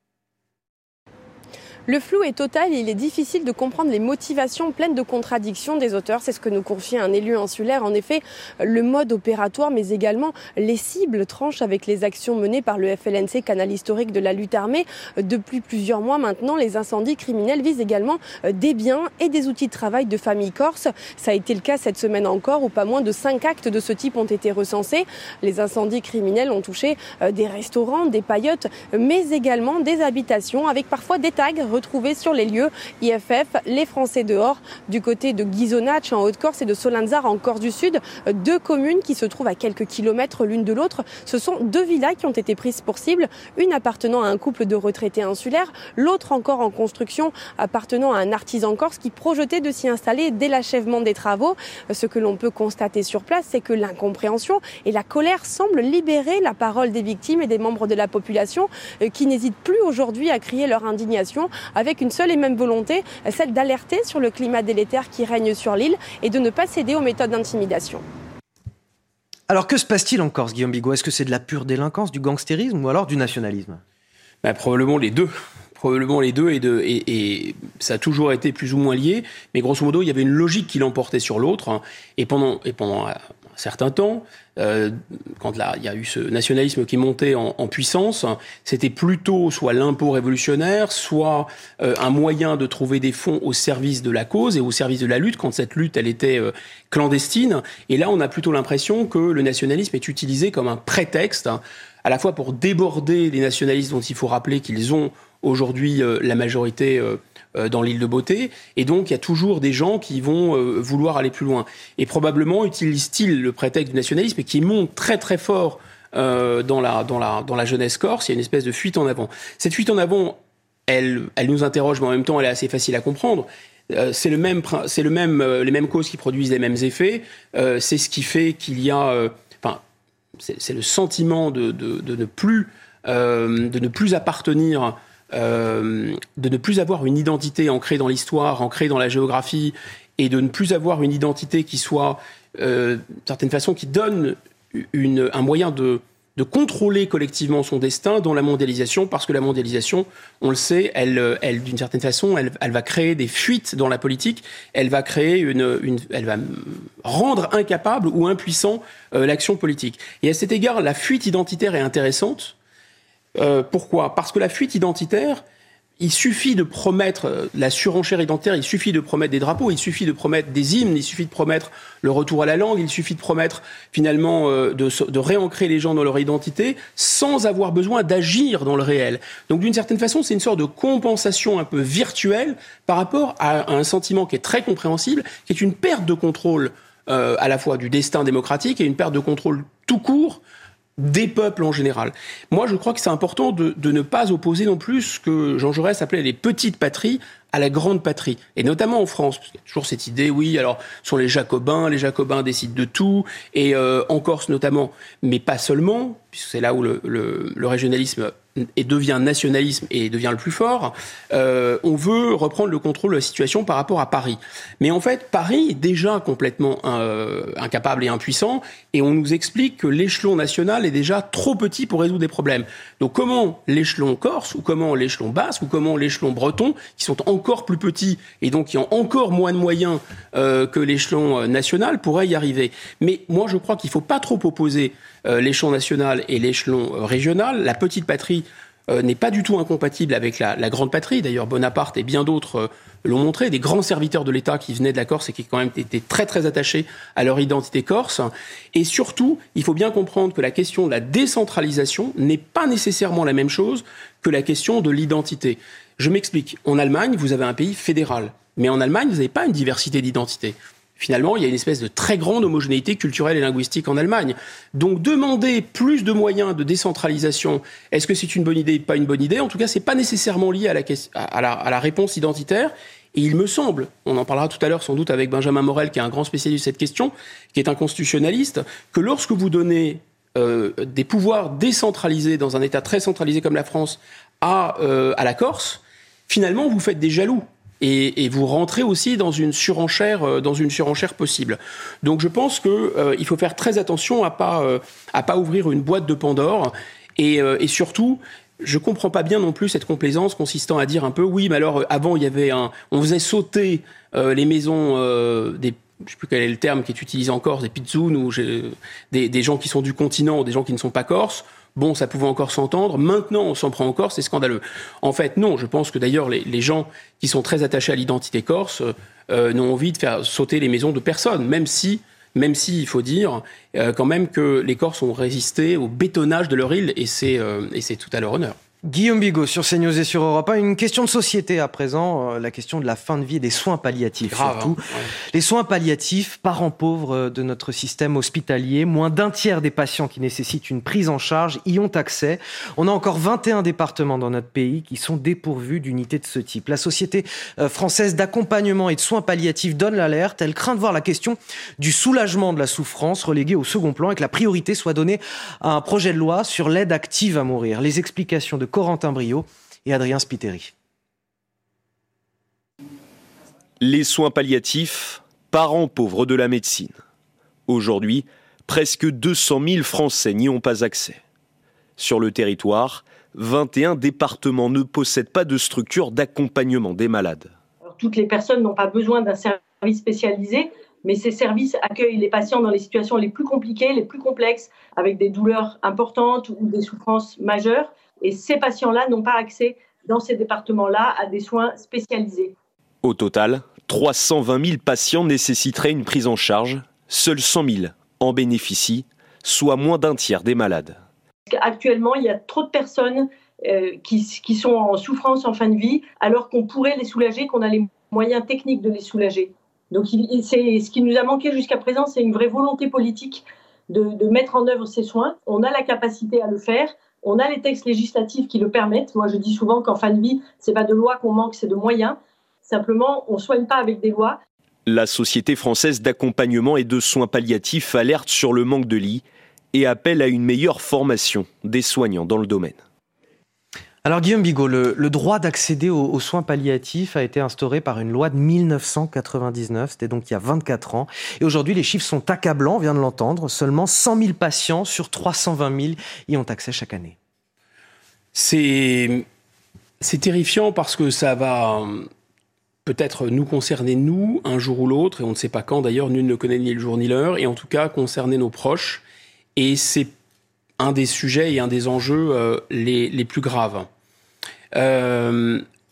Le flou est total et il est difficile de comprendre les motivations pleines de contradictions des auteurs. C'est ce que nous confie un élu insulaire. En effet, le mode opératoire, mais également les cibles tranchent avec les actions menées par le F L N C, canal historique de la lutte armée. Depuis plusieurs mois maintenant, les incendies criminels visent également des biens et des outils de travail de familles corses. Ça a été le cas cette semaine encore, où pas moins de cinq actes de ce type ont été recensés. Les incendies criminels ont touché des restaurants, des paillotes, mais également des habitations, avec parfois des tags retrouvés sur les lieux. I F F, les Français dehors, du côté de Ghisonaccia en Haute-Corse et de Solanzara en Corse du Sud, deux communes qui se trouvent à quelques kilomètres l'une de l'autre. Ce sont deux villas qui ont été prises pour cible, une appartenant à un couple de retraités insulaires, l'autre encore en construction appartenant à un artisan corse qui projetait de s'y installer dès l'achèvement des travaux. Ce que l'on peut constater sur place, c'est que l'incompréhension et la colère semblent libérer la parole des victimes et des membres de la population qui n'hésitent plus aujourd'hui à crier leur indignation, avec une seule et même volonté, celle d'alerter sur le climat délétère qui règne sur l'île et de ne pas céder aux méthodes d'intimidation. Alors que se passe-t-il en Corse, Guillaume Bigot ? Est-ce que c'est de la pure délinquance, du gangstérisme ou alors du nationalisme ? Ben, probablement les deux. Probablement les deux, et, de, et, et ça a toujours été plus ou moins lié, mais grosso modo, il y avait une logique qui l'emportait sur l'autre, et pendant, et pendant un certain temps, euh, quand là, il y a eu ce nationalisme qui montait en, en puissance, c'était plutôt soit l'impôt révolutionnaire, soit euh, un moyen de trouver des fonds au service de la cause et au service de la lutte, quand cette lutte, elle était euh, clandestine. Et là, on a plutôt l'impression que le nationalisme est utilisé comme un prétexte, hein, à la fois pour déborder les nationalistes dont il faut rappeler qu'ils ont aujourd'hui euh, la majorité euh, euh, dans l'île de Beauté, et donc il y a toujours des gens qui vont euh, vouloir aller plus loin. Et probablement utilisent-ils le prétexte du nationalisme, et qui monte très très fort euh, dans, la, dans, la, dans la jeunesse corse. Il y a une espèce de fuite en avant. Cette fuite en avant, elle, elle nous interroge, mais en même temps elle est assez facile à comprendre. Euh, c'est le même, c'est le même, euh, les mêmes causes qui produisent les mêmes effets. Euh, c'est ce qui fait qu'il y a... Euh, enfin, c'est, c'est le sentiment de, de, de, ne plus, euh, de ne plus appartenir... Euh, de ne plus avoir une identité ancrée dans l'histoire, ancrée dans la géographie, et de ne plus avoir une identité qui soit, euh, d'une certaine façon, qui donne une, un moyen de, de contrôler collectivement son destin dans la mondialisation, parce que la mondialisation, on le sait, elle, elle d'une certaine façon, elle, elle va créer des fuites dans la politique, elle va créer une, une elle va rendre incapable ou impuissant euh, l'action politique. Et à cet égard, la fuite identitaire est intéressante. Euh, pourquoi ? Parce que la fuite identitaire, il suffit de promettre la surenchère identitaire, il suffit de promettre des drapeaux, il suffit de promettre des hymnes, il suffit de promettre le retour à la langue, il suffit de promettre finalement euh, de, de réancrer les gens dans leur identité sans avoir besoin d'agir dans le réel. Donc d'une certaine façon, c'est une sorte de compensation un peu virtuelle par rapport à, à un sentiment qui est très compréhensible, qui est une perte de contrôle euh, à la fois du destin démocratique et une perte de contrôle tout court des peuples en général. Moi, je crois que c'est important de, de ne pas opposer non plus ce que Jean Jaurès appelait les petites patries à la grande patrie. Et notamment en France, parce qu'il y a toujours cette idée, oui, alors, ce sont les Jacobins, les Jacobins décident de tout, et euh, en Corse notamment, mais pas seulement, puisque c'est là où le, le, le régionalisme et devient nationalisme et devient le plus fort, euh, on veut reprendre le contrôle de la situation par rapport à Paris. Mais en fait, Paris est déjà complètement euh, incapable et impuissant, et on nous explique que l'échelon national est déjà trop petit pour résoudre des problèmes. Donc comment l'échelon corse, ou comment l'échelon basque, ou comment l'échelon breton, qui sont encore plus petits et donc qui ont encore moins de moyens euh, que l'échelon national, pourraient y arriver. Mais moi, je crois qu'il ne faut pas trop opposer euh, l'échelon national et l'échelon euh, régional. La petite patrie Euh, n'est pas du tout incompatible avec la, la grande patrie. D'ailleurs, Bonaparte et bien d'autres euh, l'ont montré, des grands serviteurs de l'État qui venaient de la Corse et qui quand même étaient très très attachés à leur identité corse. Et surtout, il faut bien comprendre que la question de la décentralisation n'est pas nécessairement la même chose que la question de l'identité. Je m'explique. En Allemagne, vous avez un pays fédéral. Mais en Allemagne, vous n'avez pas une diversité d'identité. Finalement, il y a une espèce de très grande homogénéité culturelle et linguistique en Allemagne. Donc, demander plus de moyens de décentralisation, est-ce que c'est une bonne idée ou pas une bonne idée ? En tout cas, c'est pas nécessairement lié à la, à la, à la réponse identitaire. Et il me semble, on en parlera tout à l'heure sans doute avec Benjamin Morel, qui est un grand spécialiste de cette question, qui est un constitutionnaliste, que lorsque vous donnez euh, des pouvoirs décentralisés dans un État très centralisé comme la France à, euh, à la Corse, finalement, vous faites des jaloux. Et, et vous rentrez aussi dans une surenchère, dans une surenchère possible. Donc je pense qu'il euh, faut faire très attention à pas euh, à pas ouvrir une boîte de Pandore. Et, euh, et surtout, je comprends pas bien non plus cette complaisance consistant à dire un peu oui, mais alors avant il y avait un, on faisait sauter euh, les maisons euh, des je sais plus quel est le terme qui est utilisé en Corse, des pizzounes ou des, des gens qui sont du continent ou des gens qui ne sont pas corses. Bon, ça pouvait encore s'entendre. Maintenant, on s'en prend encore, c'est scandaleux. En fait, non. Je pense que d'ailleurs, les, les gens qui sont très attachés à l'identité corse euh, n'ont envie de faire sauter les maisons de personne, même si, même si il faut dire euh, quand même que les Corses ont résisté au bétonnage de leur île, et c'est, euh, et c'est tout à leur honneur. Guillaume Bigot sur CNews et sur Europe un. Une question de société à présent, euh, la question de la fin de vie et des soins palliatifs. Grave, surtout. Hein, ouais. Les soins palliatifs, parents pauvres de notre système hospitalier, moins d'un tiers des patients qui nécessitent une prise en charge y ont accès. On a encore vingt et un départements dans notre pays qui sont dépourvus d'unités de ce type. La Société française d'accompagnement et de soins palliatifs donne l'alerte. Elle craint de voir la question du soulagement de la souffrance reléguée au second plan et que la priorité soit donnée à un projet de loi sur l'aide active à mourir. Les explications de Corentin Brio et Adrien Spiteri. Les soins palliatifs, parents pauvres de la médecine. Aujourd'hui, presque deux cent mille Français n'y ont pas accès. Sur le territoire, vingt et un départements ne possèdent pas de structure d'accompagnement des malades. Alors, toutes les personnes n'ont pas besoin d'un service spécialisé, mais ces services accueillent les patients dans les situations les plus compliquées, les plus complexes, avec des douleurs importantes ou des souffrances majeures. Et ces patients-là n'ont pas accès, dans ces départements-là, à des soins spécialisés. Au total, trois cent vingt mille patients nécessiteraient une prise en charge. Seuls cent mille en bénéficient, soit moins d'un tiers des malades. Actuellement, il y a trop de personnes euh, qui, qui sont en souffrance en fin de vie, alors qu'on pourrait les soulager, qu'on a les moyens techniques de les soulager. Donc, il, c'est, ce qui nous a manqué jusqu'à présent, c'est une vraie volonté politique de, de mettre en œuvre ces soins. On a la capacité à le faire. On a les textes législatifs qui le permettent. Moi, je dis souvent qu'en fin de vie, c'est pas de loi qu'on manque, c'est de moyens. Simplement, on soigne pas avec des lois. La Société française d'accompagnement et de soins palliatifs alerte sur le manque de lits et appelle à une meilleure formation des soignants dans le domaine. Alors Guillaume Bigot, le, le droit d'accéder aux, aux soins palliatifs a été instauré par une loi de mille neuf cent quatre-vingt-dix-neuf, c'était donc il y a vingt-quatre ans. Et aujourd'hui, les chiffres sont accablants, on vient de l'entendre. Seulement cent mille patients sur trois cent vingt mille y ont accès chaque année. C'est, c'est terrifiant parce que ça va peut-être nous concerner, nous, un jour ou l'autre, et on ne sait pas quand d'ailleurs, nul ne connaît ni le jour ni l'heure, et en tout cas concerner nos proches. Et c'est un des sujets et un des enjeux euh, les, les plus graves. Euh,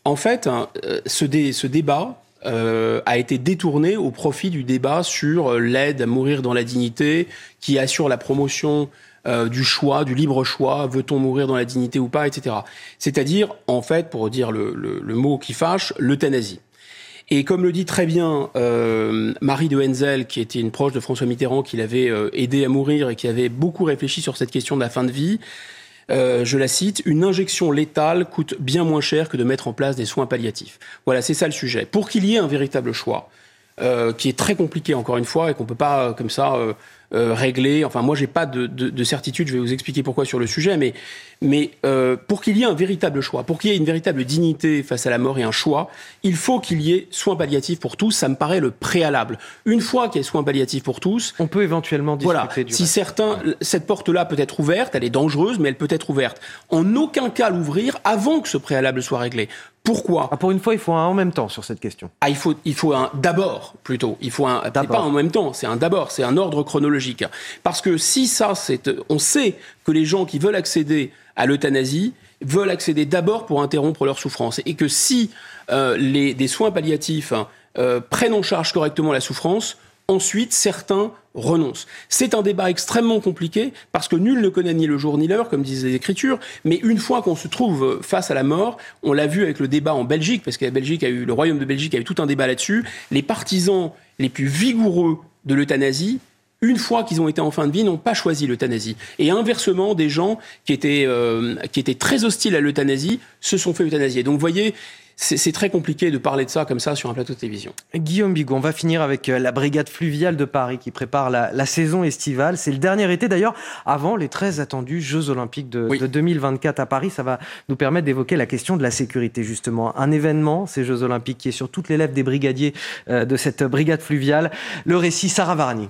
En fait, hein, ce, dé, ce débat euh, a été détourné au profit du débat sur l'aide à mourir dans la dignité, qui assure la promotion euh, du choix, du libre choix, veut-on mourir dans la dignité ou pas, et cetera. C'est-à-dire, en fait, pour dire le, le, le mot qui fâche, l'euthanasie. Et comme le dit très bien euh, Marie de Henzel, qui était une proche de François Mitterrand, qui l'avait euh, aidé à mourir et qui avait beaucoup réfléchi sur cette question de la fin de vie, Euh, je la cite, une injection létale coûte bien moins cher que de mettre en place des soins palliatifs. Voilà, c'est ça le sujet. Pour qu'il y ait un véritable choix, euh, qui est très compliqué encore une fois et qu'on peut pas euh, comme ça euh, euh, régler. Enfin, moi, j'ai pas de, de, de certitude. Je vais vous expliquer pourquoi sur le sujet, mais mais euh, pour qu'il y ait un véritable choix, pour qu'il y ait une véritable dignité face à la mort et un choix, il faut qu'il y ait soins palliatifs pour tous. Ça me paraît le préalable. Une fois qu'il y a soins palliatifs pour tous, on peut éventuellement discuter voilà, du si reste. certains, cette porte-là peut être ouverte, elle est dangereuse, mais elle peut être ouverte. En aucun cas l'ouvrir avant que ce préalable soit réglé. Pourquoi ? Ah, pour une fois, il faut un en même temps sur cette question. Ah, il faut, il faut un d'abord plutôt. Il faut un. C'est pas en même temps. C'est un d'abord. C'est un ordre chronologique. Parce que si ça, c'est, on sait que les gens qui veulent accéder à l'euthanasie veulent accéder d'abord pour interrompre leur souffrance, et que si euh, les des soins palliatifs euh, prennent en charge correctement la souffrance, ensuite certains renoncent. C'est un débat extrêmement compliqué parce que nul ne connaît ni le jour ni l'heure, comme disent les Écritures, mais une fois qu'on se trouve face à la mort, on l'a vu avec le débat en Belgique, parce que la Belgique a eu, le Royaume de Belgique a eu tout un débat là-dessus, les partisans les plus vigoureux de l'euthanasie, une fois qu'ils ont été en fin de vie, n'ont pas choisi l'euthanasie. Et inversement, des gens qui étaient, euh, qui étaient très hostiles à l'euthanasie se sont fait euthanasier. Donc vous voyez, C'est, c'est très compliqué de parler de ça comme ça sur un plateau de télévision. Guillaume Bigot, on va finir avec la brigade fluviale de Paris qui prépare la, la saison estivale. C'est le dernier été d'ailleurs avant les très attendus Jeux Olympiques de, oui. de deux mille vingt-quatre à Paris. Ça va nous permettre d'évoquer la question de la sécurité justement. Un événement, ces Jeux Olympiques, qui est sur toutes les lèvres des brigadiers euh, de cette brigade fluviale. Le récit, Sarah Varni.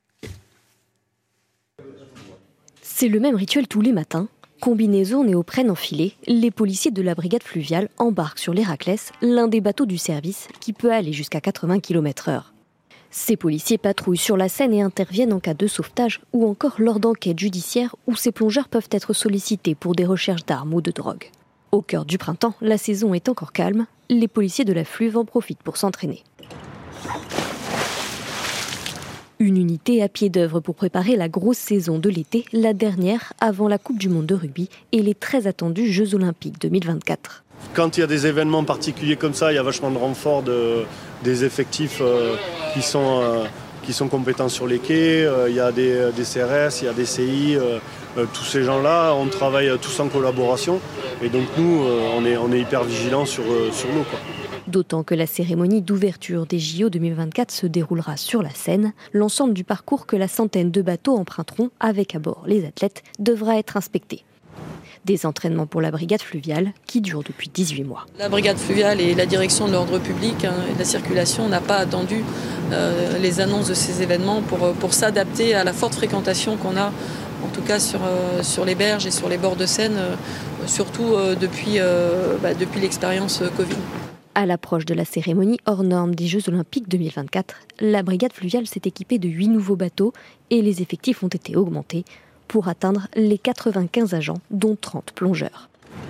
C'est le même rituel tous les matins. Combinaison néoprène enfilée, les policiers de la brigade fluviale embarquent sur l'Héraclès, l'un des bateaux du service qui peut aller jusqu'à quatre-vingts kilomètres heure. Ces policiers patrouillent sur la Seine et interviennent en cas de sauvetage ou encore lors d'enquêtes judiciaires où ces plongeurs peuvent être sollicités pour des recherches d'armes ou de drogue. Au cœur du printemps, la saison est encore calme, les policiers de la Fluve en profitent pour s'entraîner. Une unité à pied d'œuvre pour préparer la grosse saison de l'été, la dernière avant la Coupe du Monde de rugby et les très attendus Jeux Olympiques deux mille vingt-quatre. Quand il y a des événements particuliers comme ça, il y a vachement de renforts de, des effectifs euh, qui, sont, euh, qui sont compétents sur les quais, euh, il y a des, des C R S, il y a des C I, euh, euh, tous ces gens-là, on travaille tous en collaboration et donc nous, euh, on, est, on est hyper vigilants sur, euh, sur l'eau, quoi. D'autant que la cérémonie d'ouverture des J O deux mille vingt-quatre se déroulera sur la Seine. L'ensemble du parcours que la centaine de bateaux emprunteront avec à bord les athlètes devra être inspecté. Des entraînements pour la brigade fluviale qui durent depuis dix-huit mois. La brigade fluviale et la direction de l'ordre public hein, et de la circulation n'a pas attendu euh, les annonces de ces événements pour, pour s'adapter à la forte fréquentation qu'on a, en tout cas sur, euh, sur les berges et sur les bords de Seine, euh, surtout euh, depuis, euh, bah, depuis l'expérience Covid. À l'approche de la cérémonie hors norme des Jeux Olympiques deux mille vingt-quatre, la brigade fluviale s'est équipée de huit nouveaux bateaux et les effectifs ont été augmentés pour atteindre les quatre-vingt-quinze agents, dont trente plongeurs.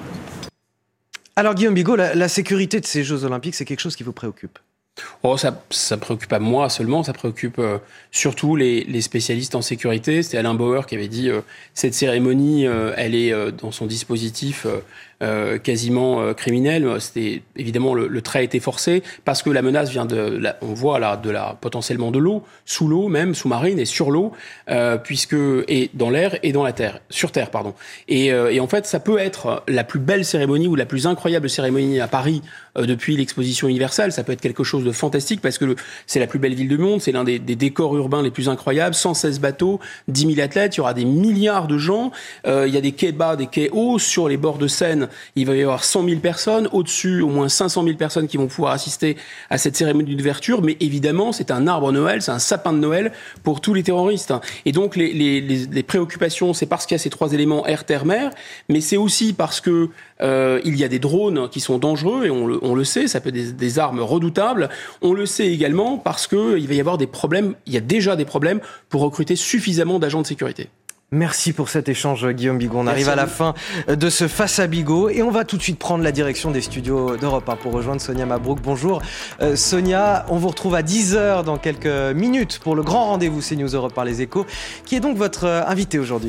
Alors Guillaume Bigot, la, la sécurité de ces Jeux Olympiques, c'est quelque chose qui vous préoccupe ? Oh, ça ça préoccupe pas moi seulement, ça préoccupe euh, surtout les, les spécialistes en sécurité. C'était Alain Bauer qui avait dit euh, cette cérémonie, euh, elle est euh, dans son dispositif euh, euh, quasiment euh, criminel. C'était évidemment le, le trait a été forcé parce que la menace vient de, la, on voit là de la potentiellement de l'eau, sous l'eau même, sous-marine et sur l'eau, euh, puisque et dans l'air et dans la terre, sur terre pardon. Et, euh, et en fait, ça peut être la plus belle cérémonie ou la plus incroyable cérémonie à Paris euh, depuis l'exposition universelle. Ça peut être quelque chose de fantastique parce que le, c'est la plus belle ville du monde, c'est l'un des, des décors urbains les plus incroyables, cent seize bateaux, dix mille athlètes, il y aura des milliards de gens, euh, il y a des quais bas, des quais hauts, sur les bords de Seine, il va y avoir cent mille personnes, au-dessus au moins cinq cent mille personnes qui vont pouvoir assister à cette cérémonie d'ouverture, mais évidemment c'est un arbre Noël, c'est un sapin de Noël pour tous les terroristes. Et donc les, les, les, les préoccupations, c'est parce qu'il y a ces trois éléments air, terre, mer, mais c'est aussi parce que euh, il y a des drones qui sont dangereux et on le, on le sait, ça peut être des, des armes redoutables. On le sait également parce qu'il va y avoir des problèmes, il y a déjà des problèmes pour recruter suffisamment d'agents de sécurité. Merci pour cet échange, Guillaume Bigot. On Merci arrive à, à la fin de ce Face à Bigot et on va tout de suite prendre la direction des studios d'Europe un pour rejoindre Sonia Mabrouk. Bonjour euh, Sonia, on vous retrouve à dix heures dans quelques minutes pour le grand rendez-vous CNews Europe par les Échos. Qui est donc votre euh, invité aujourd'hui ?